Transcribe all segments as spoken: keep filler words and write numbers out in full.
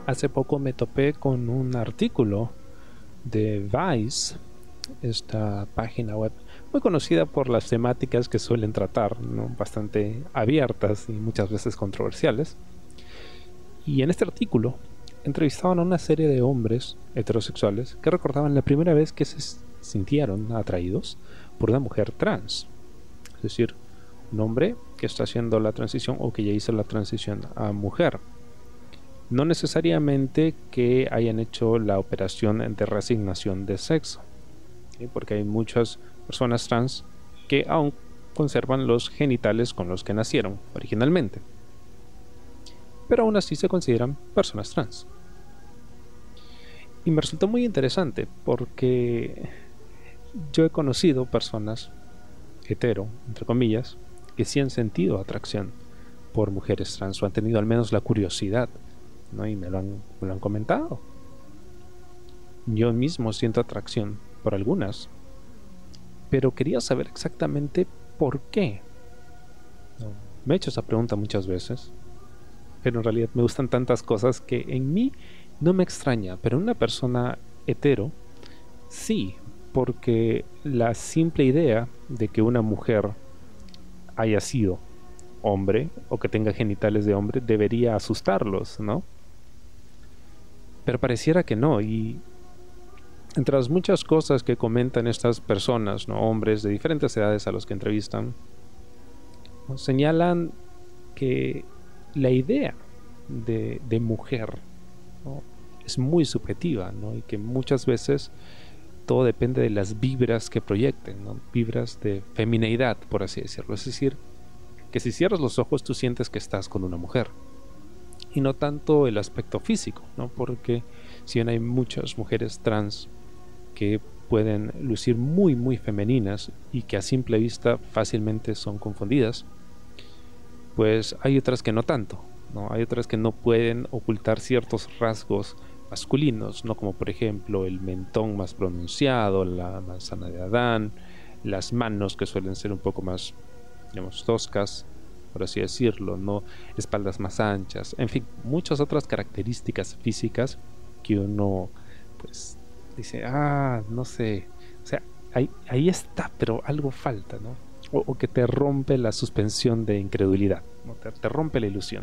hace poco me topé con un artículo de Vice, esta página web muy conocida por las temáticas que suelen tratar, ¿no? Bastante abiertas y muchas veces controversiales. Y en este artículo entrevistaban a una serie de hombres heterosexuales que recordaban la primera vez que se sintieron atraídos por una mujer trans. Es decir, un hombre que está haciendo la transición o que ya hizo la transición a mujer. No necesariamente que hayan hecho la operación de reasignación de sexo, ¿sí? Porque hay muchas personas trans que aún conservan los genitales con los que nacieron originalmente, pero aún así se consideran personas trans. Y me resultó muy interesante porque yo he conocido personas hetero, entre comillas, que sí han sentido atracción por mujeres trans o han tenido al menos la curiosidad, ¿no? Y me lo han, me lo han comentado. Yo mismo siento atracción por algunas, pero quería saber exactamente por qué. No, me he hecho esa pregunta muchas veces, pero en realidad me gustan tantas cosas que en mí no me extraña, pero en una persona hetero sí, porque la simple idea de que una mujer haya sido hombre o que tenga genitales de hombre debería asustarlos, ¿no? Pero pareciera que no. Y entre las muchas cosas que comentan estas personas, ¿no? Hombres de diferentes edades a los que entrevistan, ¿no? Señalan que la idea de, de mujer, ¿no? es muy subjetiva, ¿no? Y que muchas veces todo depende de las vibras que proyecten, ¿no? Vibras de femineidad, por así decirlo. Es decir, que si cierras los ojos tú sientes que estás con una mujer y no tanto el aspecto físico, ¿no? Porque si bien hay muchas mujeres trans que pueden lucir muy muy femeninas y que a simple vista fácilmente son confundidas, pues hay otras que no tanto, ¿no? Hay otras que no pueden ocultar ciertos rasgos masculinos, ¿no? Como por ejemplo el mentón más pronunciado, la manzana de Adán, las manos que suelen ser un poco más, digamos, toscas, por así decirlo, no espaldas más anchas, en fin, muchas otras características físicas que uno pues dice, ah, no sé, o sea, ahí, ahí está, pero algo falta, ¿no? O, o que te rompe la suspensión de incredulidad, ¿no? te, te rompe la ilusión.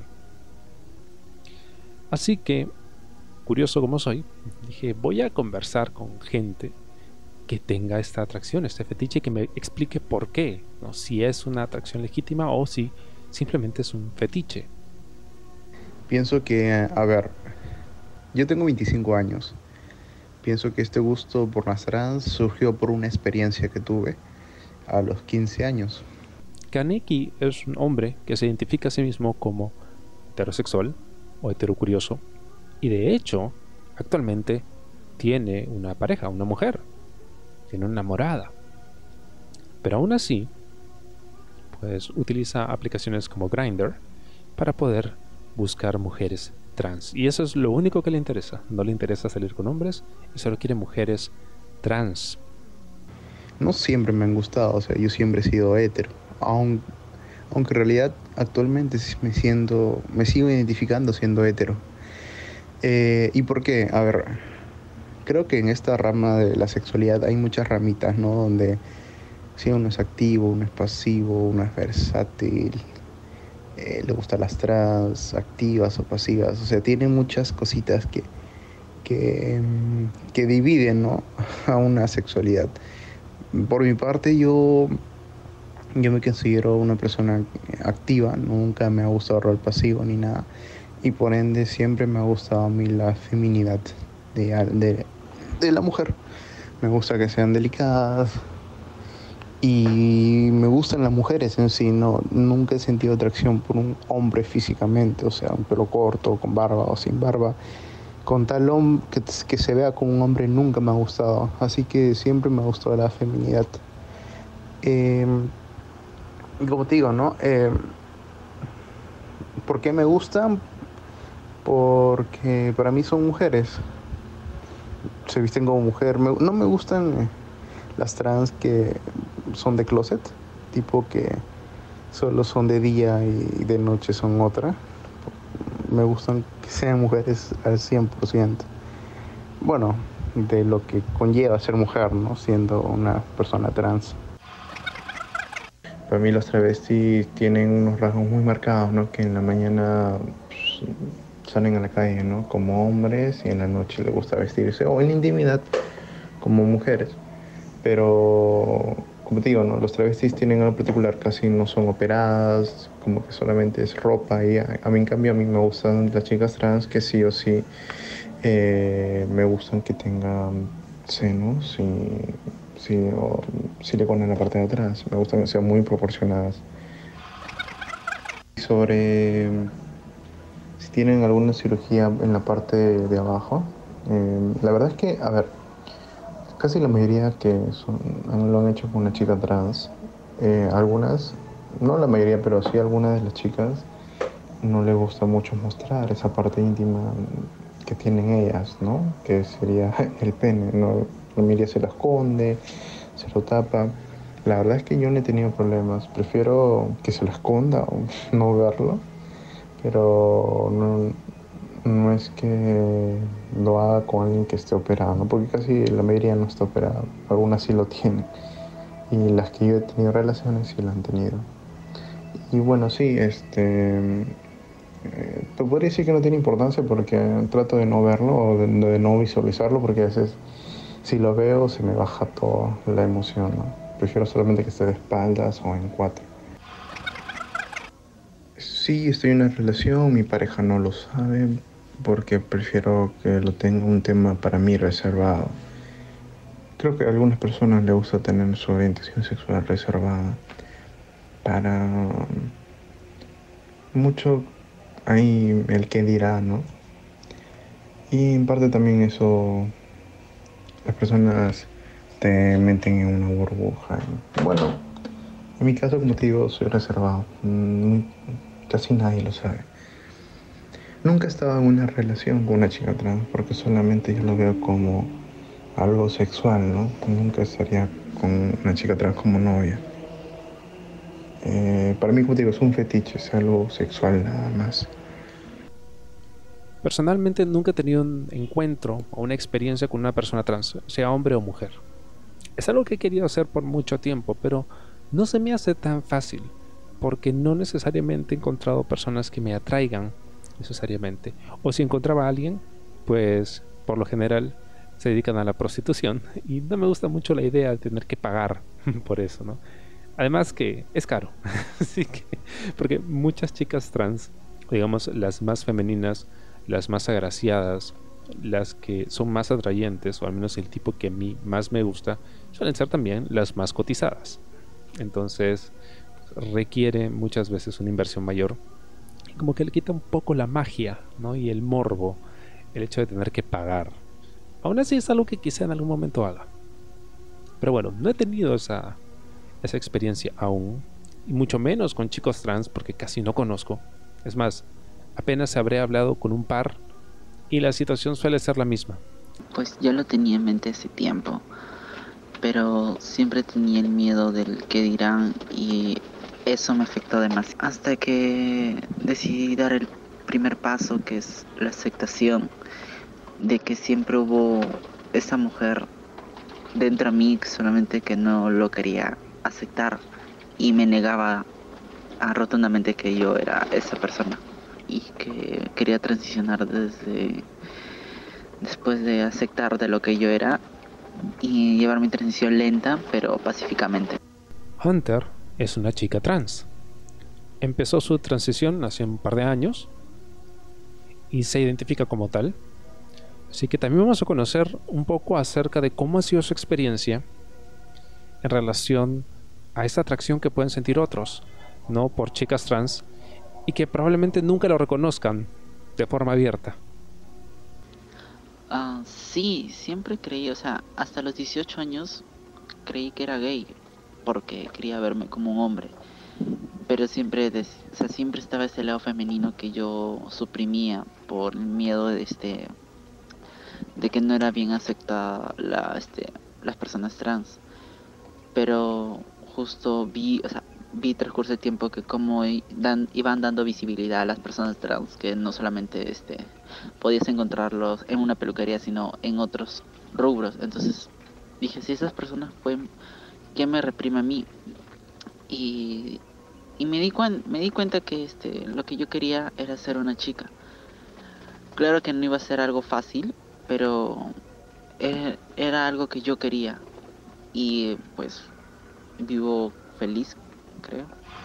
Así que, curioso como soy, dije, voy a conversar con gente que tenga esta atracción, este fetiche, y que me explique por qué, ¿no? Si es una atracción legítima o si simplemente es un fetiche. Pienso que, a ver, yo tengo veinticinco años. Pienso que este gusto por las trans surgió por una experiencia que tuve a los quince años. Kaneki es un hombre que se identifica a sí mismo como heterosexual o heterocurioso, y de hecho, actualmente tiene una pareja, una mujer, tiene una enamorada. Pero aún así, pues utiliza aplicaciones como Grindr para poder buscar mujeres trans. Y eso es lo único que le interesa. No le interesa salir con hombres y solo quiere mujeres trans. No siempre me han gustado, o sea, yo siempre he sido hetero. Aun, aunque en realidad actualmente me siento, me sigo identificando siendo hetero. Eh, ¿Y por qué? A ver, creo que en esta rama de la sexualidad hay muchas ramitas, ¿no? Donde si uno es activo, uno es pasivo, uno es versátil, eh, le gustan las trans, activas o pasivas. O sea, tiene muchas cositas que, que, mm, que dividen, ¿no? a una sexualidad. Por mi parte, yo, yo me considero una persona activa, nunca me ha gustado el rol pasivo ni nada. Y por ende siempre me ha gustado a mí la feminidad de, de, de la mujer. Me gusta que sean delicadas, y me gustan las mujeres en sí, no, nunca he sentido atracción por un hombre físicamente, o sea, un pelo corto, con barba o sin barba. Con tal hombre que, que se vea como un hombre nunca me ha gustado, así que siempre me ha gustado la feminidad. Eh, y como te digo, ¿no? Eh, ¿Por qué me gustan? Porque para mí son mujeres, se visten como mujer. Me, no me gustan eh, las trans que son de closet, tipo que solo son de día y de noche son otra. me gustan que sean mujeres al cien por ciento. Bueno, de lo que conlleva ser mujer, ¿no? Siendo una persona trans. Para mí los travestis tienen unos rasgos muy marcados, ¿no? Que en la mañana pues, salen a la calle, ¿no? Como hombres y en la noche les gusta vestirse, o en la intimidad como mujeres. Pero, como te digo, ¿no? Los travestis tienen algo particular, casi no son operadas, como que solamente es ropa. Y a, a mí, en cambio, a mí me gustan las chicas trans que sí o sí eh, me gustan que tengan senos y sí, o silicona en la parte de atrás. Me gustan que sean muy proporcionadas. Sobre si tienen alguna cirugía en la parte de, de abajo, eh, la verdad es que, a ver, casi la mayoría que son, lo han hecho con una chica trans, eh, algunas, no la mayoría, pero sí algunas de las chicas, no les gusta mucho mostrar esa parte íntima que tienen ellas, ¿no? Que sería el pene, ¿no? La mayoría se la esconde, se lo tapa. La verdad es que yo no he tenido problemas. Prefiero que se lo esconda o no verlo, pero no, no es que lo haga con alguien que esté operado, ¿no? Porque casi la mayoría no está operada. Algunas sí lo tienen. Y las que yo he tenido relaciones sí lo han tenido. Y bueno, sí, este... Eh, te podría decir que no tiene importancia porque trato de no verlo o de, de no visualizarlo porque a veces si lo veo se me baja toda la emoción, ¿no? Prefiero solamente que esté de espaldas o en cuatro. Sí, estoy en una relación, mi pareja no lo sabe porque prefiero que lo tenga un tema para mí reservado. Creo que a algunas personas les gusta tener su orientación sexual reservada para mucho ahí el que dirá, ¿no? Y en parte también eso, las personas te meten en una burbuja. Y bueno, en mi caso, como te digo, soy reservado. Mm, Casi nadie lo sabe. Nunca he estado en una relación con una chica trans porque solamente yo lo veo como algo sexual, ¿no? Nunca estaría con una chica trans como novia. Eh, para mí, como te digo, es un fetiche, es algo sexual nada más. Personalmente nunca he tenido un encuentro o una experiencia con una persona trans, sea hombre o mujer. Es algo que he querido hacer por mucho tiempo, pero no se me hace tan fácil, porque no necesariamente he encontrado personas que me atraigan necesariamente. O si encontraba a alguien, pues por lo general se dedican a la prostitución y no me gusta mucho la idea de tener que pagar por eso, ¿no? Además que es caro, así que porque muchas chicas trans, digamos las más femeninas, las más agraciadas, las que son más atrayentes, o al menos el tipo que a mí más me gusta, suelen ser también las más cotizadas. Entonces requiere muchas veces una inversión mayor, y como que le quita un poco la magia, ¿no? Y el morbo, el hecho de tener que pagar. Aún así es algo que quizá en algún momento haga. Pero bueno, no he tenido esa, esa experiencia aún, y mucho menos con chicos trans porque casi no conozco. Es más, apenas habré hablado con un par y la situación suele ser la misma. Pues ya lo tenía en mente hace tiempo, pero siempre tenía el miedo del que dirán y eso me afectó demasiado. Hasta que decidí dar el primer paso, que es la aceptación de que siempre hubo esa mujer dentro de mí, solamente que no lo quería aceptar y me negaba a rotundamente que yo era esa persona y que quería transicionar desde después de aceptar de lo que yo era y llevar mi transición lenta pero pacíficamente. Hunter es una chica trans. Empezó su transición hace un par de años y se identifica como tal. Así que también vamos a conocer un poco acerca de cómo ha sido su experiencia en relación a esta atracción que pueden sentir otros, ¿no? Por chicas trans y que probablemente nunca lo reconozcan de forma abierta. Ah, sí, siempre creí, o sea, hasta los dieciocho años creí que era gay porque quería verme como un hombre, pero siempre, des- o sea, siempre estaba ese lado femenino que yo suprimía por el miedo de este de que no era bien aceptada la este las personas trans. Pero justo vi, o sea, vi transcurso del tiempo que como i- dan, iban dando visibilidad a las personas trans, que no solamente este podías encontrarlos en una peluquería, sino en otros rubros. Entonces dije, si esas personas pueden, ¿qué me reprime a mí? Y, y me di cuen- me di cuenta que este lo que yo quería era ser una chica. Claro que no iba a ser algo fácil, pero era, era algo que yo quería. Y pues vivo feliz, creo.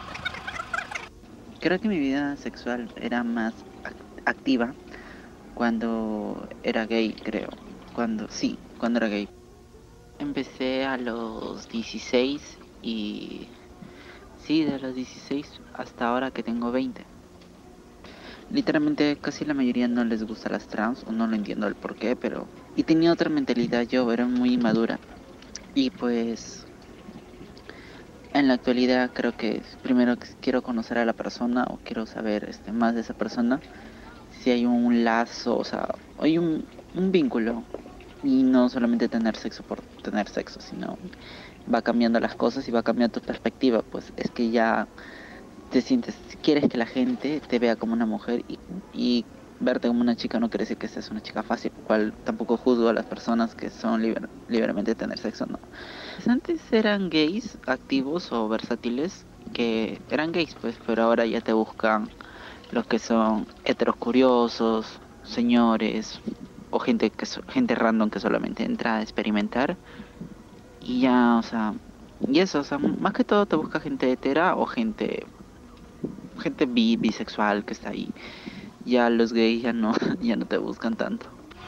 Creo que mi vida sexual era más ac- activa cuando era gay, creo. Cuando, sí, cuando era gay. Empecé a los dieciséis y sí, de los dieciséis hasta ahora que tengo veinte. Literalmente casi la mayoría no les gusta las trans o no lo entiendo el por qué, pero... Y tenía otra mentalidad yo, era muy inmadura. Y pues en la actualidad creo que primero quiero conocer a la persona o quiero saber este, más de esa persona. Si hay un lazo, o sea, hay un, un vínculo. Y no solamente tener sexo por tener sexo, sino va cambiando las cosas y va cambiando tu perspectiva. Pues es que ya te sientes, si quieres que la gente te vea como una mujer y, y verte como una chica no quiere decir que seas una chica fácil, cual tampoco juzgo a las personas que son liber, libremente de tener sexo, no. Pues antes eran gays activos o versátiles, que eran gays pues, pero ahora ya te buscan los que son heteros curiosos, señores, o gente que so- gente random que solamente entra a experimentar y ya, o sea, y eso, o sea, más que todo te busca gente hetera o gente gente bi, bisexual que está ahí. Ya los gays ya no, ya no te buscan tanto.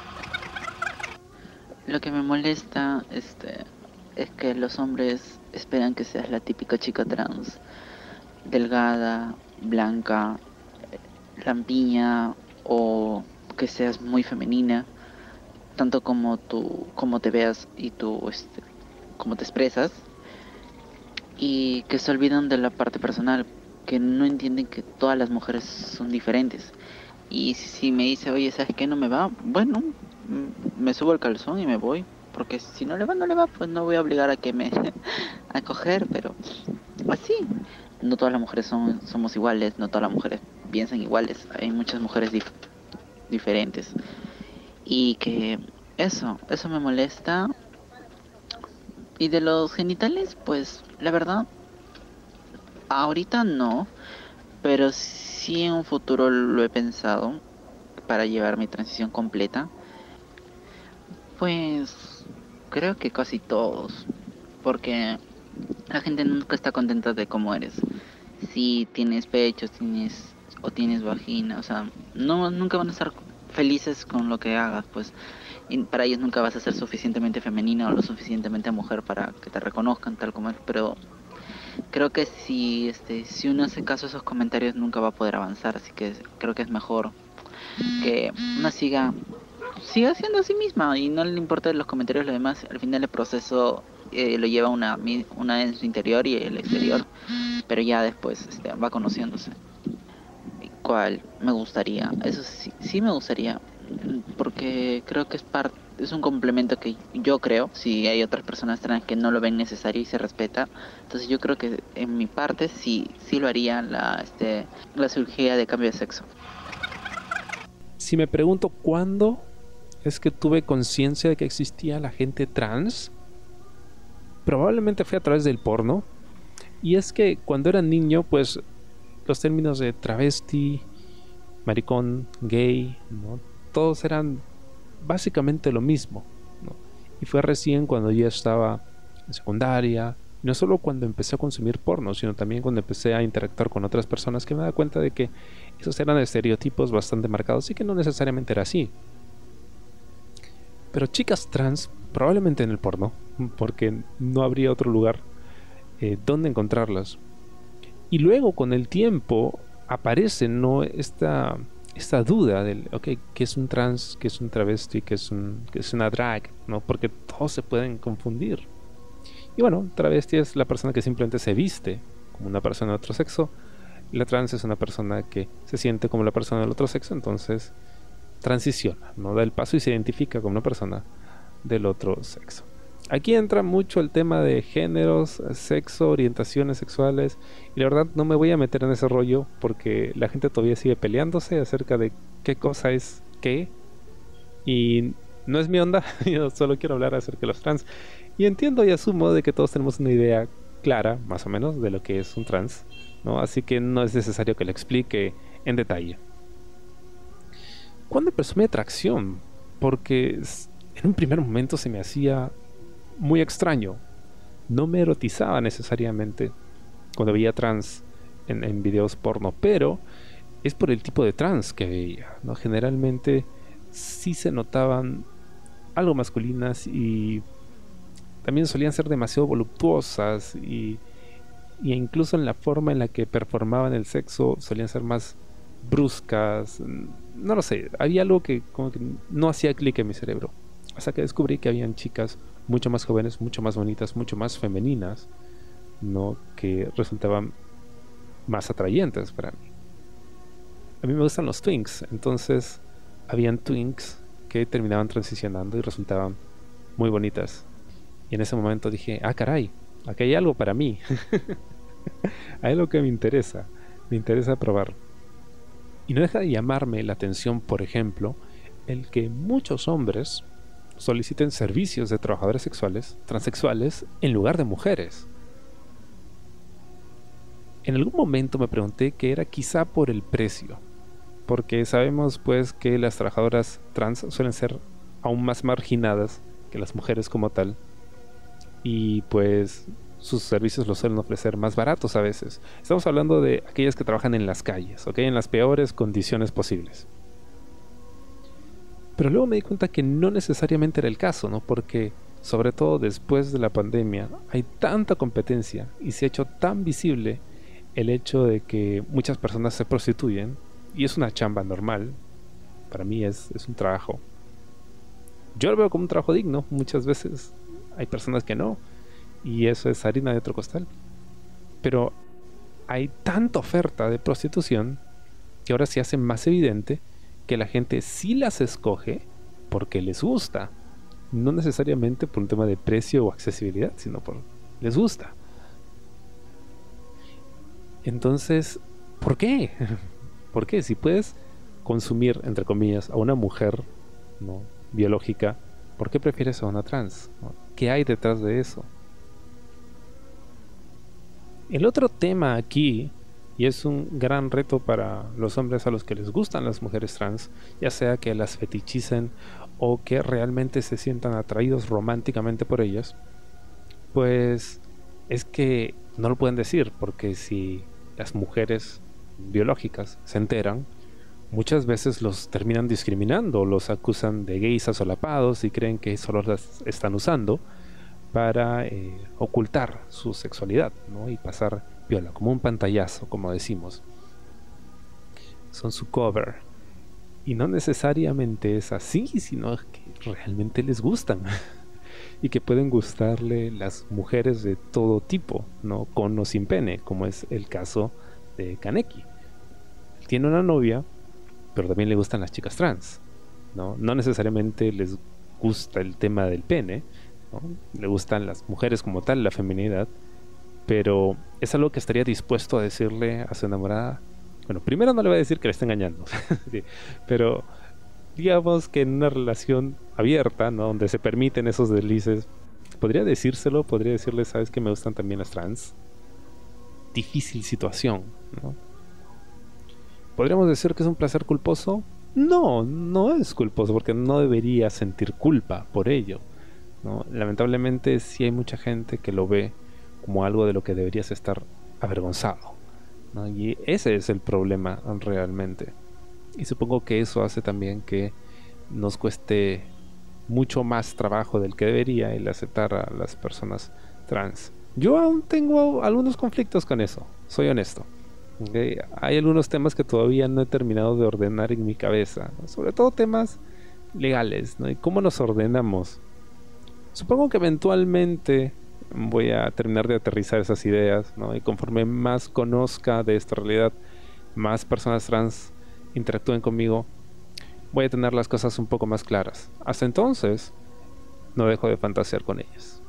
Lo que me molesta, este, es que los hombres esperan que seas la típica chica trans, delgada, blanca, lampiña o que seas muy femenina, tanto como tú, como te veas y tú, este, como te expresas, y que se olvidan de la parte personal, que no entienden que todas las mujeres son diferentes. Y si me dice, oye, ¿sabes qué? No me va, bueno, mm, me subo el calzón y me voy. Porque si no le va, no le va, pues no voy a obligar a que me a coger, pero así. No todas las mujeres son, somos iguales, no todas las mujeres piensan iguales. Hay muchas mujeres dif- diferentes. Y que eso, eso me molesta. Y de los genitales, pues la verdad, ahorita no, pero sí en un futuro lo he pensado para llevar mi transición completa. Pues creo que casi todos, porque la gente nunca está contenta de cómo eres. Si tienes pechos, tienes o tienes vagina, o sea, no nunca van a estar felices con lo que hagas, pues y para ellos nunca vas a ser suficientemente femenina o lo suficientemente mujer para que te reconozcan tal como eres, pero creo que si este si uno hace caso a esos comentarios nunca va a poder avanzar, así que creo que es mejor que uno siga siga siendo a sí misma y no le importa los comentarios de los demás. Al final el proceso eh, lo lleva una, una en su interior y el exterior, pero ya después este, va conociéndose. ¿Cuál me gustaría? Eso sí, sí me gustaría, porque creo que es parte, es un complemento que yo creo, si hay otras personas trans que no lo ven necesario y se respeta, entonces yo creo que en mi parte sí, sí lo haría la, este, la cirugía de cambio de sexo. Si me pregunto cuándo es que tuve conciencia de que existía la gente trans, probablemente fue a través del porno. Y es que cuando era niño, pues los términos de travesti, maricón, gay, ¿no? Todos eran básicamente lo mismo, ¿no? Y fue recién cuando ya estaba en secundaria, no solo cuando empecé a consumir porno, sino también cuando empecé a interactuar con otras personas, que me da cuenta de que esos eran estereotipos bastante marcados y que no necesariamente era así. Pero chicas trans, probablemente en el porno, porque no habría otro lugar eh, donde encontrarlas. Y luego con el tiempo aparece, ¿no?, esta, esta duda del, ok, ¿qué es un trans? ¿Qué es un travesti? ¿Qué es, un, qué es una drag? ¿No? Porque todos se pueden confundir. Y bueno, travesti es la persona que simplemente se viste como una persona de otro sexo. La trans es una persona que se siente como la persona del otro sexo, entonces transiciona, ¿no? Da el paso y se identifica como una persona del otro sexo. Aquí entra mucho el tema de géneros, sexo, orientaciones sexuales, y la verdad no me voy a meter en ese rollo porque la gente todavía sigue peleándose acerca de qué cosa es qué, y no es mi onda. Yo solo quiero hablar acerca de los trans, y entiendo y asumo de que todos tenemos una idea clara, más o menos, de lo que es un trans, ¿no? Así que no es necesario que lo explique en detalle. ¿Cuándo empezó mi atracción? Porque s- en un primer momento se me hacía muy extraño. No me erotizaba necesariamente cuando veía trans en, en videos porno, pero es por el tipo de trans que veía, ¿no? Generalmente sí se notaban algo masculinas y también solían ser demasiado voluptuosas y, y incluso en la forma en la que performaban el sexo solían ser más bruscas. mm, No lo sé, había algo que como que no hacía clic en mi cerebro. Hasta que descubrí que habían chicas mucho más jóvenes, mucho más bonitas, mucho más femeninas, ¿no? Que resultaban más atrayentes para mí. A mí me gustan los twinks, entonces habían twinks que terminaban transicionando y resultaban muy bonitas. Y en ese momento dije, ah, caray, aquí hay algo para mí. Hay algo que me interesa, me interesa probar. Y no deja de llamarme la atención, por ejemplo, el que muchos hombres soliciten servicios de trabajadores sexuales, transexuales, en lugar de mujeres. En algún momento me pregunté que era quizá por el precio, porque sabemos pues que las trabajadoras trans suelen ser aún más marginadas que las mujeres como tal, y pues sus servicios los suelen ofrecer más baratos a veces. Estamos hablando de aquellas que trabajan en las calles, ¿ok? En las peores condiciones posibles. Pero luego me di cuenta que no necesariamente era el caso, ¿no? Porque, sobre todo después de la pandemia, hay tanta competencia y se ha hecho tan visible el hecho de que muchas personas se prostituyen, y es una chamba normal. Para mí es, es un trabajo. Yo lo veo como un trabajo digno. Muchas veces hay personas que no, y eso es harina de otro costal. Pero hay tanta oferta de prostitución que ahora se hace más evidente que la gente sí las escoge porque les gusta, no necesariamente por un tema de precio o accesibilidad, sino por les gusta. Entonces, ¿por qué? ¿Por qué? Si puedes consumir, entre comillas, a una mujer, ¿no?, biológica, ¿por qué prefieres a una trans? ¿No? ¿Qué hay detrás de eso? El otro tema aquí, y es un gran reto para los hombres a los que les gustan las mujeres trans, ya sea que las fetichicen o que realmente se sientan atraídos románticamente por ellas, pues es que no lo pueden decir, porque si las mujeres biológicas se enteran, muchas veces los terminan discriminando, los acusan de gays asolapados y creen que solo las están usando para eh, ocultar su sexualidad, ¿no? Y pasar piola, como un pantallazo, como decimos. Son su cover. Y no necesariamente es así, sino que realmente les gustan. Y que pueden gustarle las mujeres de todo tipo, ¿no? Con o sin pene, como es el caso de Kaneki. Tiene una novia, pero también le gustan las chicas trans, ¿no? No necesariamente les gusta el tema del pene, ¿no? Le gustan las mujeres como tal, la feminidad, pero es algo que estaría dispuesto a decirle a su enamorada. Bueno, primero no le va a decir que le está engañando, sí, pero digamos que en una relación abierta, ¿no?, donde se permiten esos deslices, podría decírselo, podría decirle, ¿sabes que me gustan también las trans? Difícil situación, ¿no? ¿Podríamos decir que es un placer culposo? No, no es culposo, porque no debería sentir culpa por ello, ¿no? Lamentablemente sí hay mucha gente que lo ve como algo de lo que deberías estar avergonzado, ¿no? Y ese es el problema realmente. Y supongo que eso hace también que nos cueste mucho más trabajo del que debería el aceptar a las personas trans. Yo aún tengo algunos conflictos con eso, soy honesto. ¿Okay? Hay algunos temas que todavía no he terminado de ordenar en mi cabeza, ¿no? Sobre todo temas legales, ¿no? Y cómo nos ordenamos. Supongo que eventualmente voy a terminar de aterrizar esas ideas, ¿no? Y conforme más conozca de esta realidad, más personas trans interactúen conmigo, voy a tener las cosas un poco más claras. Hasta entonces, no dejo de fantasear con ellas.